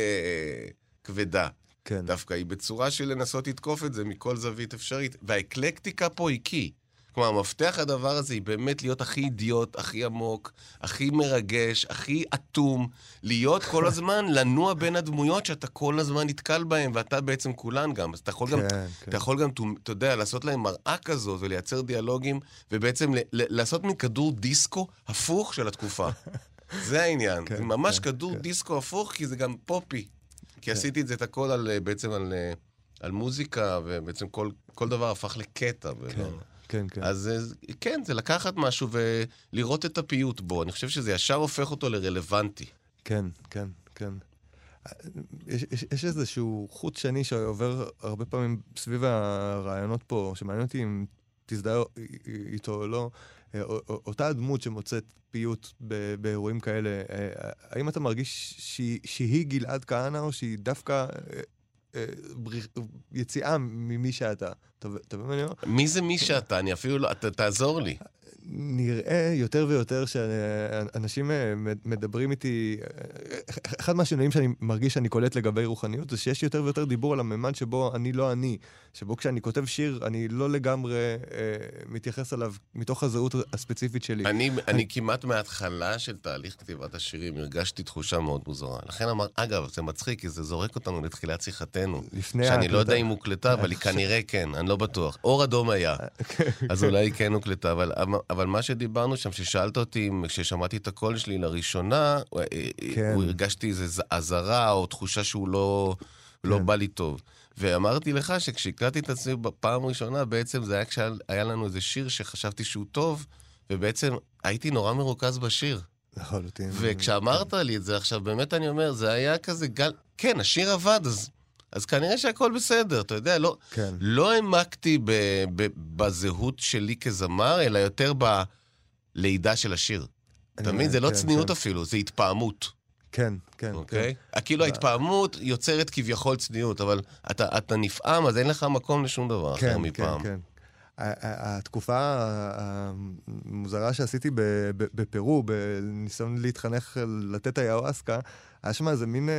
כבדה. דווקא היא בצורה של לנסות לתקוף את זה מכל זווית אפשרית. והאקלקטיקה פה היא קי. כלומר, המפתח הדבר הזה היא באמת להיות הכי אידיוט, הכי עמוק, הכי מרגש, הכי אטום, להיות כל הזמן, לנוע בין הדמויות שאתה כל הזמן נתקל בהן, ואתה בעצם כולן גם. אז אתה יכול גם, אתה יכול גם, אתה יודע, לעשות להם מראה כזאת, ולייצר דיאלוגים, ובעצם לעשות מין כדור דיסקו הפוך של התקופה. זה העניין. זה ממש כדור דיסקו הפוך, כי זה גם פופי. כי עשיתי את זה את הכל על, בעצם על, על מוזיקה, ובעצם כל, כל דבר הפך לקטע. כן, כן. אז כן, זה לקחת משהו ולראות את הפיוט בו. אני חושב שזה ישר הופך אותו לרלוונטי. כן, כן, כן. יש, יש, יש איזשהו חוט שני שעובר הרבה פעמים סביב הרעיונות פה, שמעניין אותי אם תזדהה איתו או לא, אותה הדמות שמוצאת פיוט באירועים כאלה, האם אתה מרגיש שהיא גלעד כהנא, או שהיא דווקא יציאה ממי שאתה? מי זה מי שאתה? אני אפילו לא, תעזור לי. נראה יותר ויותר שאנשים מדברים איתי, אחד מהשינויים שאני מרגיש שאני קולט לגבי רוחניות, זה שיש יותר ויותר דיבור על הממד שבו אני לא אני, שבו כשאני כותב שיר, אני לא לגמרי מתייחס עליו מתוך הזהות הספציפית שלי. אני, אני כמעט מההתחלה של תהליך כתיבת השירים, הרגשתי תחושה מאוד מוזרה. לכן אמר, אגב, זה מצחיק, כי זה זורק אותנו לתחילת שיחתנו, שאני לא יודע אם הוקלטה, אבל היא כנראה כן, אני לא בטוח. אור אדום היה, אז אולי היא כן הוקלטה, אבל אבל מה שדיברנו שם, ששאלת אותי, כששמעתי את הקול שלי לראשונה, כן. הוא הרגשתי איזו עזרה או תחושה שהוא לא, כן. לא בא לי טוב. ואמרתי לך שכשהקלטתי את עצמי בפעם ראשונה, בעצם זה היה כשהיה לנו איזה שיר שחשבתי שהוא טוב, ובעצם הייתי נורא מרוכז בשיר. לחלוטין. וכשאמרת לי את זה עכשיו, באמת אני אומר, זה היה כזה גל... כן, השיר עבד, אז... אז כנראה שהכל בסדר, אתה יודע, לא, כן. לא העמקתי ב, ב, בזהות שלי כזמר, אלא יותר בלידה של השיר. אתה מבין? זה לא כן, צניעות כן. אפילו, זה התפעמות. כן, כן. אוקיי? כן. כאילו ההתפעמות יוצרת כביכול צניעות, אבל אתה, אתה נפעם, אז אין לך מקום לשום דבר כן, אחר מפעם. כן, כן. התקופה המוזרה שעשיתי בפרו, בניסיון להתחנך לתת היאווסקה, היה שם איזה מין...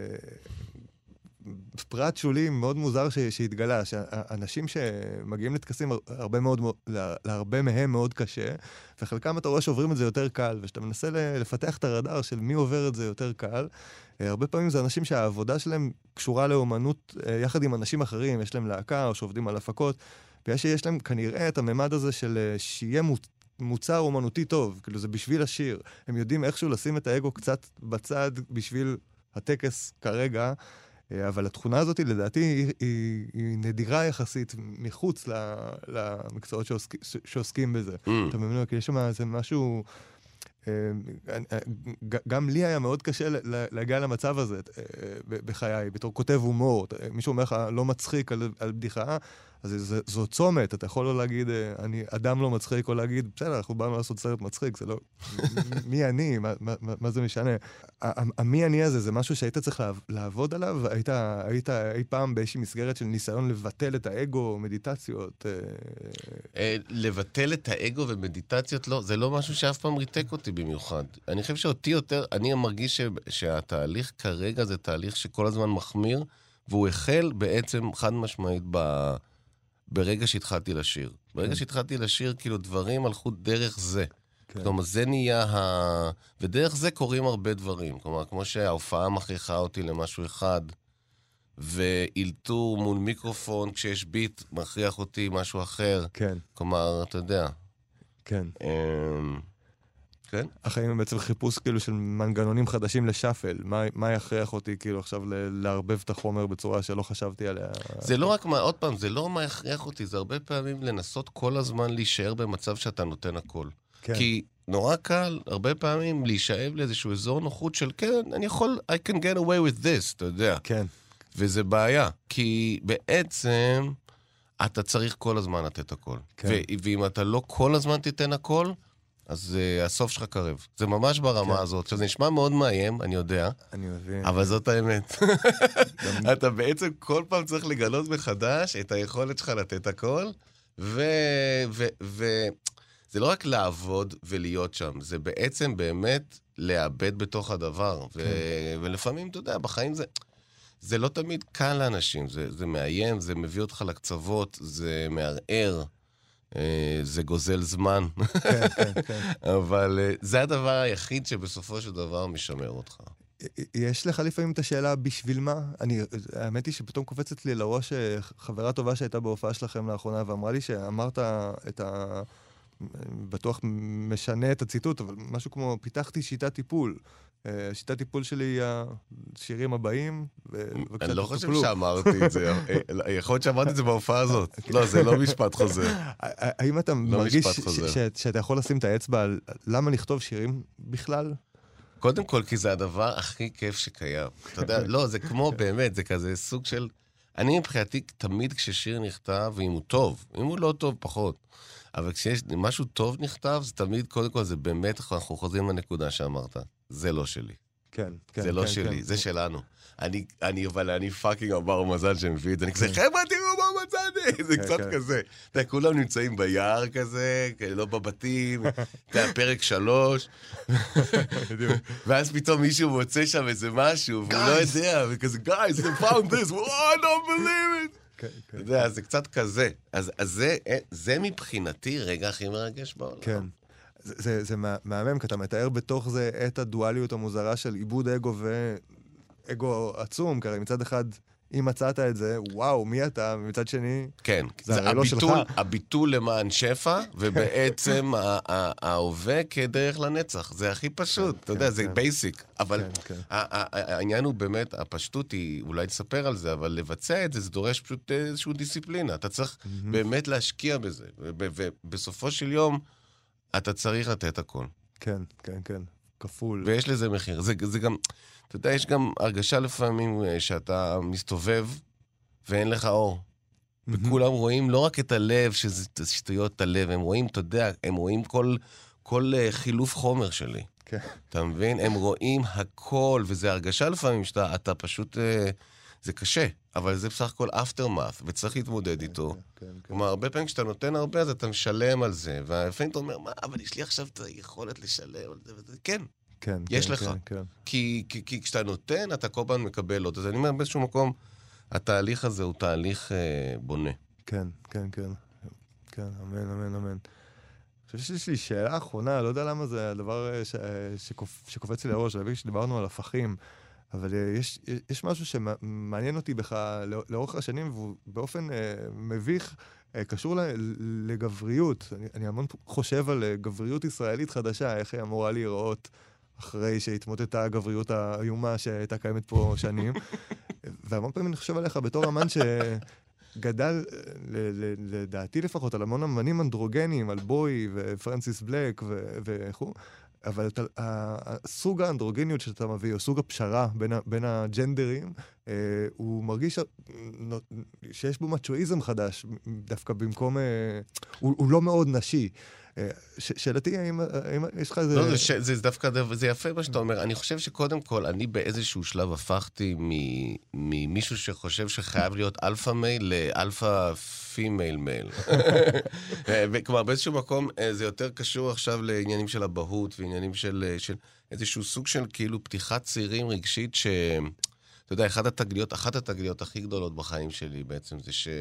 פרט שולי מאוד מוזר שהתגלה, שאנשים שמגיעים לטקסים הרבה מאוד, להרבה מהם מאוד קשה, וחלקם אתה רואה שעוברים את זה יותר קל, ושאתה מנסה לפתח את הרדאר של מי עובר את זה יותר קל, הרבה פעמים זה אנשים שהעבודה שלהם קשורה לאומנות יחד עם אנשים אחרים, יש להם להקה או שעובדים על הפקות, ויש להם כנראה את הממד הזה של שיהיה מוצר אומנותי טוב, כאילו זה בשביל השיר, הם יודעים איכשהו לשים את האגו קצת בצד בשביל הטקס כרגע, אבל התכונה הזאת, לדעתי, היא, היא, היא נדירה יחסית מחוץ למקצועות שעוסק, שעוסקים בזה. Mm. אתה מבין, כי יש שם איזה משהו... גם לי היה מאוד קשה להגיע למצב הזה בחיי, בתור כותב הומור. מישהו אומר לך, לא מצחיק על, על בדיחה, אז זו, זו צומת, אתה יכול לא להגיד, אני אדם לא מצחיק, או להגיד, בסדר, אנחנו באנו לעשות סרט מצחיק, זה לא... מי אני? מה, מה, מה זה משנה? המי אני הזה, זה משהו שהיית צריך לעבוד עליו? היית, היית אי פעם באיזושהי מסגרת של ניסיון לבטל את האגו, מדיטציות? לבטל את האגו ומדיטציות, לא, זה לא משהו שאף פעם ריתק אותי במיוחד. אני חושב שאותי יותר, אני מרגיש שהתהליך כרגע זה תהליך שכל הזמן מחמיר, והוא החל בעצם חד משמעית ב... ברגע שהתחלתי לשיר. ברגע שהתחלתי לשיר, כאילו דברים הלכו דרך זה. כלומר, זה נהיה ה... ודרך זה קורים הרבה דברים. כלומר, כמו שההופעה מכריחה אותי למשהו אחד, ואילתור מול מיקרופון, כשיש ביט, מכריח אותי משהו אחר. כן. כלומר, אתה יודע. כן. כן? החיים הם בעצם חיפוש כאילו של מנגנונים חדשים לשאפל. מה, מה יכריח אותי כאילו עכשיו להרבב את החומר בצורה שלא חשבתי עליה? זה לא רק מה, עוד פעם, זה לא מה יכריח אותי, זה הרבה פעמים לנסות כל הזמן להישאר במצב שאתה נותן הכל. כן. כי נורא קל, הרבה פעמים להישאב לאיזשהו אזור נוחות של כן, אני יכול, I can get away with this, אתה יודע. כן. וזה בעיה, כי בעצם אתה צריך כל הזמן לתת הכל. כן. ו- ואם אתה לא כל הזמן תיתן הכל, אז uh, הסוף שלך קרב. זה ממש ברמה כן. הזאת. שזה נשמע מאוד מאיים, אני יודע. אני מבין. אבל זאת האמת. אתה בעצם כל פעם צריך לגלות מחדש את היכולת שלך לתת הכל, ו... ו... ו... זה לא רק לעבוד ולהיות שם, זה בעצם באמת לאבד בתוך הדבר. כן. ו... ולפעמים, אתה יודע, בחיים זה... זה לא תמיד קל לאנשים. זה, זה מאיים, זה מביא אותך לקצוות, זה מערער. זה גוזל זמן. כן, כן, כן. אבל זה הדבר היחיד שבסופו של דבר משמר אותך. יש לך לפעמים את השאלה בשביל מה? אני, האמת היא שפתאום קופצת לי לראש חברה טובה שהייתה בהופעה שלכם לאחרונה, ואמרה לי שאמרת את ה... בטוח משנה את הציטוט, אבל משהו כמו, פיתחתי שיטת טיפול. שיטת טיפול שלי היא השירים הבאים, אני לא חושב שאמרתי את זה. יכול להיות שאמרתי את זה בהופעה הזאת. לא, זה לא משפט חוזר. האם אתה מרגיש שאתה יכול לשים את האצבע על למה לכתוב שירים בכלל? קודם כל, כי זה הדבר הכי כיף שקיים. אתה יודע, לא, זה כמו באמת, זה כזה סוג של... אני מבחינתי, תמיד כששיר נכתב, ואם הוא טוב, אם הוא לא טוב, פחות. אבל כשיש משהו טוב נכתב, זה תמיד, קודם כל, זה באמת, אנחנו חוזרים לנקודה שאמרת. זה לא שלי. כן, כן. זה לא כן, שלי, כן. זה שלנו. אני, אני, אבל אני פאקינג הבר מזל שמביא את זה. אני כזה, חבר'ה, תראו מה מצאתי! זה קצת כזה. אתה יודע, כולם נמצאים ביער כזה, לא בבתים, אתה יודע, פרק שלוש. ואז פתאום מישהו מוצא שם איזה משהו, והוא לא יודע, וכזה, guys, they found this, oh, I don't believe it! אתה יודע, זה קצת כזה. אז זה מבחינתי רגע הכי מרגש בעולם. כן. זה, זה מהמם, כי אתה מתאר בתוך זה את הדואליות המוזרה של עיבוד אגו ואגו עצום, כי הרי מצד אחד, אם מצאת את זה, וואו, מי אתה? ומצד שני, כן, זה הרי הביטול, לא שלך. הביטול למען שפע, ובעצם ההווה כדרך לנצח. זה הכי פשוט, אתה יודע, זה בייסיק. אבל העניין הוא באמת, הפשטות היא, אולי תספר על זה, אבל לבצע את זה, זה דורש פשוט איזושהי דיסציפלינה. אתה צריך באמת להשקיע בזה. ובסופו של יום, אתה צריך לתת הכל. כן, כן, כן. כפול. ויש לזה מחיר. זה, זה גם, אתה יודע, יש גם הרגשה לפעמים שאתה מסתובב ואין לך אור. וכולם רואים לא רק את הלב, שזה שטויות את הלב, הם רואים, אתה יודע, הם רואים כל, כל חילוף חומר שלי. כן. אתה מבין? הם רואים הכל, וזה הרגשה לפעמים שאתה אתה פשוט, זה קשה. אבל זה בסך הכל aftermath, וצריך להתמודד איתו. כלומר, הרבה פעמים כשאתה נותן הרבה, אז אתה משלם על זה, ולפעמים אתה אומר, מה, אבל יש לי עכשיו את היכולת לשלם על זה, וזה, כן, כן, יש כן, לך. כן, כן. כי, כי, כי כשאתה נותן, אתה כל פעם מקבל עוד. אז אני אומר, באיזשהו מקום, התהליך הזה הוא תהליך אה, בונה. כן, כן, כן. כן, אמן, אמן, אמן. אני חושב שיש לי שאלה אחרונה, לא יודע למה זה הדבר ש... שקופ... שקופץ לי לראש, אני חושב שדיברנו על הפכים, אבל יש, יש משהו שמעניין אותי בך לאורך השנים, והוא באופן אה, מביך, אה, קשור לגבריות. אני, אני המון חושב על גבריות ישראלית חדשה, איך היא אמורה להיראות אחרי שהתמוטטה הגבריות האיומה שהייתה קיימת פה שנים. והמון פעמים אני חושב עליך בתור אמן שגדל, לדעתי לפחות, על המון אמנים אנדרוגנים, על בוי ופרנסיס בלק וכו'. אבל אתה, הסוג האנדרוגניות שאתה מביא, או סוג הפשרה בין, בין הג'נדרים, אה, הוא מרגיש שיש בו מצ'ואיזם חדש, דווקא במקום, אה, הוא, הוא לא מאוד נשי. אה, ש, שאלתי, האם, האם יש לך איזה... לא, זה, ש, זה דווקא, זה יפה מה שאתה אומר. אני חושב שקודם כל, אני באיזשהו שלב הפכתי ממישהו שחושב שחייב להיות אלפא מייל לאלפא פימייל מייל. כלומר, באיזשהו מקום זה יותר קשור עכשיו לעניינים של הבהות ועניינים של, של איזשהו סוג של כאילו פתיחת צעירים רגשית ש... אתה יודע, אחת התגליות, אחת התגליות הכי גדולות בחיים שלי בעצם זה ש...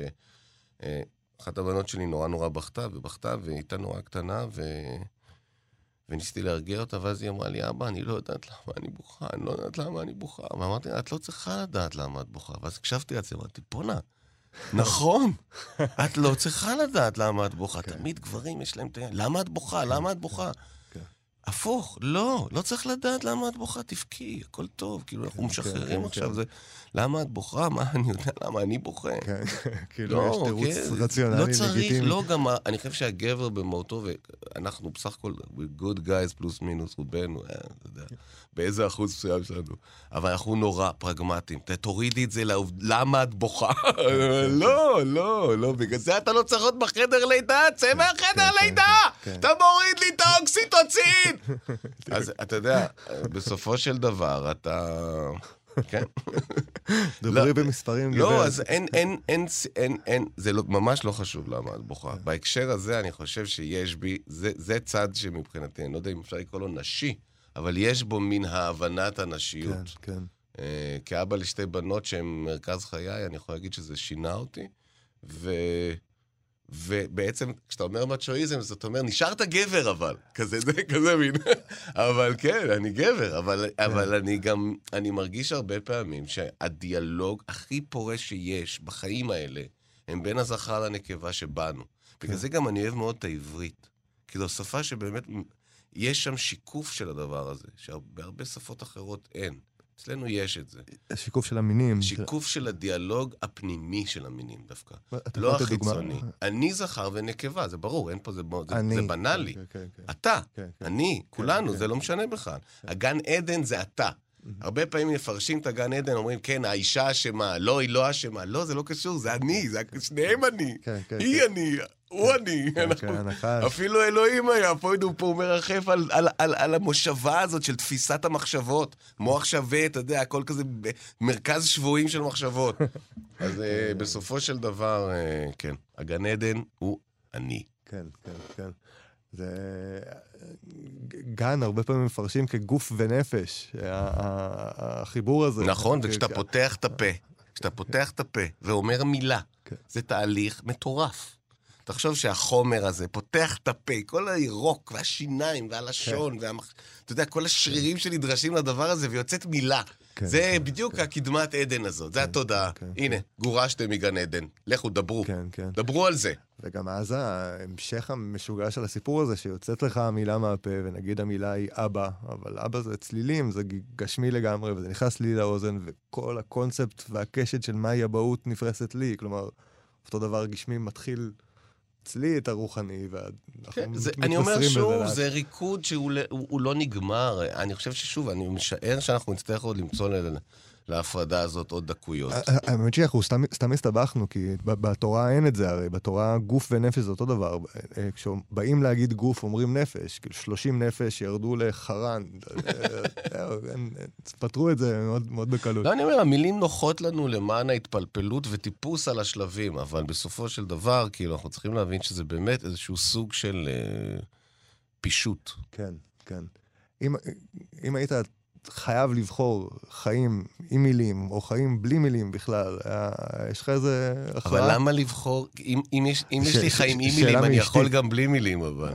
אחת הבנות שלי נורא נורא בכתה ובכתה והיא הייתה נורא קטנה ו... וניסיתי להרגיע אותה, ואז היא אמרה לי, אבא, אני לא יודעת למה אני בוכה, אני לא יודעת למה אני בוכה. ואמרתי, את לא צריכה לדעת למה את בוכה. ואז הקשבתי לעצמי, אמרתי, פונה, נכון, את לא צריכה לדעת למה את בוכה. תמיד גברים יש להם את העניין, למה את בוכה, למה את בוכה? הפוך, לא, לא צריך לדעת למה את בוכה, תבכי, הכל טוב, כאילו אנחנו משחררים עכשיו, זה, למה את בוכה? מה, אני יודע למה אני בוכה. כאילו יש תירוץ רציונלי, לא צריך, לא גם, אני חושב שהגבר במהותו, ואנחנו בסך הכל, good guys פלוס מינוס רובנו, באיזה אחוז מסוים שלנו, אבל אנחנו נורא פרגמטיים, תורידי את זה, למה את בוכה? לא, לא, לא, בגלל זה אתה לא צריך להיות בחדר לידה, צא מהחדר לידה, אתה מוריד לי את האוקסיטוצין! אז אתה יודע, בסופו של דבר, אתה... כן. דברי במספרים. לא, אז אין, אין, אין, אין, אין, זה ממש לא חשוב למה את בוכה. בהקשר הזה אני חושב שיש בי, זה צד שמבחינתי, אני לא יודע אם אפשר לקרוא לו נשי, אבל יש בו מין ההבנת הנשיות. כן, כן. כאבא לשתי בנות שהן מרכז חיי, אני יכול להגיד שזה שינה אותי, ו... ובעצם, כשאתה אומר מצ'ואיזם, זאת אומרת, נשארת גבר אבל, כזה, זה כזה מין. אבל כן, אני גבר, אבל, אבל אני גם, אני מרגיש הרבה פעמים שהדיאלוג הכי פורה שיש בחיים האלה, הם בין הזכר לנקבה שבאנו. בגלל זה גם אני אוהב מאוד את העברית. כי זו שפה שבאמת, יש שם שיקוף של הדבר הזה, שבהרבה שפות אחרות אין. אצלנו יש את זה. שיקוף של המינים. שיקוף של הדיאלוג הפנימי של המינים דווקא. לא החיצוני. אני זכר ונקבה, זה ברור, אין פה, זה בנאלי. אתה, אני, כולנו, זה לא משנה בכלל. הגן עדן זה אתה. הרבה פעמים מפרשים את הגן עדן, אומרים, כן, האישה אשמה, לא, היא לא אשמה. לא, זה לא קשור, זה אני, זה שניהם אני. כן, כן, היא כן. אני, הוא אני. כן, אנחנו- כן, נחש. אפילו אלוהים היה, פה הוא פה הוא מרחף על, על, על, על המושבה הזאת של תפיסת המחשבות. מוח שווה, אתה יודע, הכל כזה ב- מרכז שבועים של מחשבות. אז אה, בסופו של דבר, אה, כן, הגן עדן הוא אני. כן, כן, כן. זה... גן הרבה פעמים מפרשים כגוף ונפש, ה- ה- החיבור הזה. נכון, כ- וכשאתה כ- פותח את הפה, כשאתה פותח את הפה ואומר מילה, כן. זה תהליך מטורף. תחשוב שהחומר הזה פותח את הפה, כל הירוק והשיניים והלשון, והמח... אתה יודע, כל השרירים שנדרשים לדבר הזה, ויוצאת מילה. כן, זה כן, בדיוק הקדמת עדן הזאת, זה התודעה. כן, הנה, גורשתם מגן עדן. לכו, דברו. כן, כן. דברו על זה. וגם אז ההמשך המשוגע של הסיפור הזה, שיוצאת לך המילה מהפה, ונגיד המילה היא אבא, אבל אבא זה צלילים, זה גשמי לגמרי, וזה נכנס לי לאוזן, וכל הקונספט והקשת של מהי אבהות נפרסת לי. כלומר, אותו דבר גשמי מתחיל אצלי את הרוחני, ואנחנו כן, זה, מתבשרים אני אומר בזה שוב, לאט. זה ריקוד שהוא ל- הוא, הוא לא נגמר. אני חושב ששוב, אני משער שאנחנו נצטרך עוד למצוא ל- להפרדה הזאת עוד דקויות. האמת שאנחנו סתם, סתם הסתבכנו, כי ב- בתורה אין את זה הרי, בתורה גוף ונפש זה אותו דבר. אה, כשבאים להגיד גוף אומרים נפש, כאילו שלושים נפש ירדו לחרן, זהו, אין- אין- פתרו את זה מאוד, מאוד בקלות. לא, אני אומר, המילים נוחות לנו למען ההתפלפלות וטיפוס על השלבים, אבל בסופו של דבר, כאילו, אנחנו צריכים להבין שזה באמת איזשהו סוג של אה, פישוט. כן, כן. אם, אם היית חייב לבחור חיים עם מילים, או חיים בלי מילים בכלל, אה, יש לך איזה הכרעה? אבל למה לבחור, אם, אם, יש, אם יש ש- לי ש- חיים עם שאלה מילים, אני מאשתי. יכול גם בלי מילים, אבל.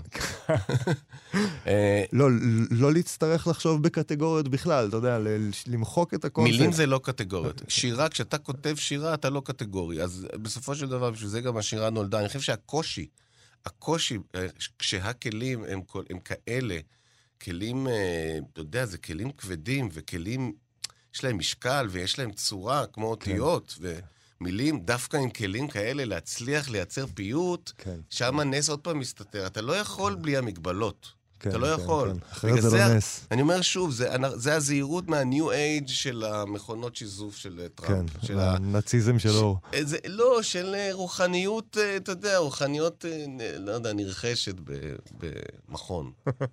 אה, לא, לא להצטרך לחשוב בקטגוריות בכלל, אתה יודע, ל- למחוק את הקונספט. מילים זה לא קטגוריות. שירה, כשאתה כותב שירה, אתה לא קטגורי. אז בסופו של דבר, בשביל זה גם השירה נולדה. אני חושב שהקושי, הקושי, אה, כשהכלים הם, כל- הם כאלה, כלים, אה, אתה יודע, זה כלים כבדים, וכלים, יש להם משקל, ויש להם צורה, כמו אותיות, ומילים, דווקא עם כלים כאלה, להצליח לייצר פיוט, כן. שם הנס עוד פעם מסתתר. אתה לא יכול בלי המגבלות. כן, אתה לא כן, יכול. כן. אחרת בגלל זה לא ה- נס. אני אומר שוב, זה, זה הזהירות מהניו אייג' של המכונות שיזוף של אה, כן, טראמפ. של ה... הנאציזם שלו. זה, לא, של אה, רוחניות, אה, אתה יודע, רוחניות, אה, נ- לא יודע, נרחשת ב- במכון.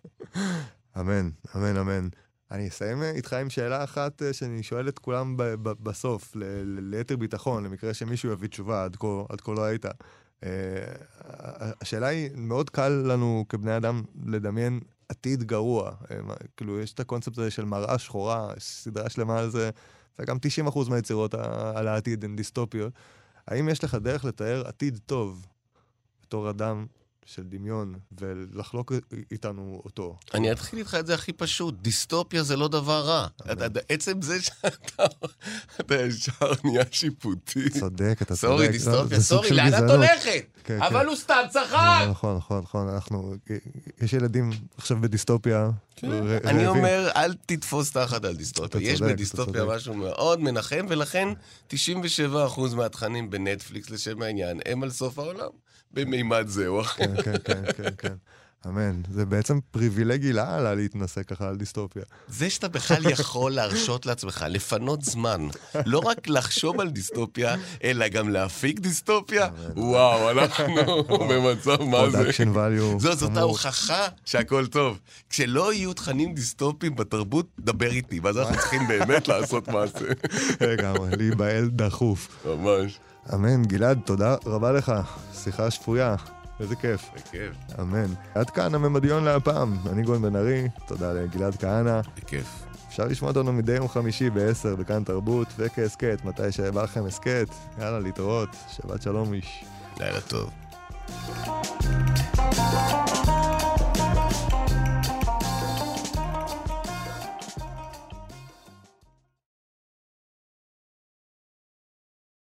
אמן, אמן, אמן. אני אסיים איתך עם שאלה אחת אה, שאני שואל את כולם ב- ב- בסוף, ל- ל- ליתר ביטחון, למקרה שמישהו יביא תשובה, עד כה, עד כה לא היית. אה, השאלה היא, מאוד קל לנו כבני אדם לדמיין עתיד גרוע. אה, מה- כאילו, יש את הקונספט הזה של מראה שחורה, יש סדרה שלמה על זה, וגם תשעים אחוז מהיצירות ה- על העתיד הן דיסטופיות. האם יש לך דרך לתאר עתיד טוב בתור אדם של דמיון, ולחלוק איתנו אותו? אני אתחיל איתך את זה הכי פשוט, דיסטופיה זה לא דבר רע. אתה- אתה- עצם זה שאתה אתה ישר נהיה שיפוטי. צודק, אתה צודק. סורי, לא, דיסטופיה, זה סוג סורי, של לאן את גזענות. הולכת? כן, אבל כן. הוא סתם צחק! נכון, נכון, נכון, אנחנו, יש ילדים עכשיו בדיסטופיה. ר- אני רעבים. אומר, אל תתפוס תחת על דיסטופיה. אתה יש צודק, אתה בדיסטופיה צודק. משהו מאוד מנחם, ולכן תשעים ושבעה אחוז מהתכנים בנטפליקס לשם העניין הם על סוף העולם, במימד זה או אחר. כן, כן, כן, כן, כן. אמן. זה בעצם פריבילגי לאללה להתנסה ככה על דיסטופיה. זה שאתה בכלל יכול להרשות לעצמך, לפנות זמן, לא רק לחשוב על דיסטופיה, אלא גם להפיק דיסטופיה, וואו, אנחנו במצב מה זה. Production value. זאת, זאת חמור. ההוכחה שהכל טוב. כשלא יהיו תכנים דיסטופיים בתרבות, דבר איתי, ואז אנחנו צריכים באמת לעשות מעשה. לגמרי, להיבהל דחוף. ממש. אמן, גלעד, תודה רבה לך. שיחה שפויה. איזה כיף. בכיף, אמן. עד כאן הממדיון להפעם. אני גון בן ארי, תודה לגלעד כהנא. בכיף. אפשר לשמוע אותנו מדי יום חמישי ב-עשר בכאן תרבות וכהסקט, מתי שבא לכם הסקט. יאללה, להתראות. שבת שלום איש. לילה טוב.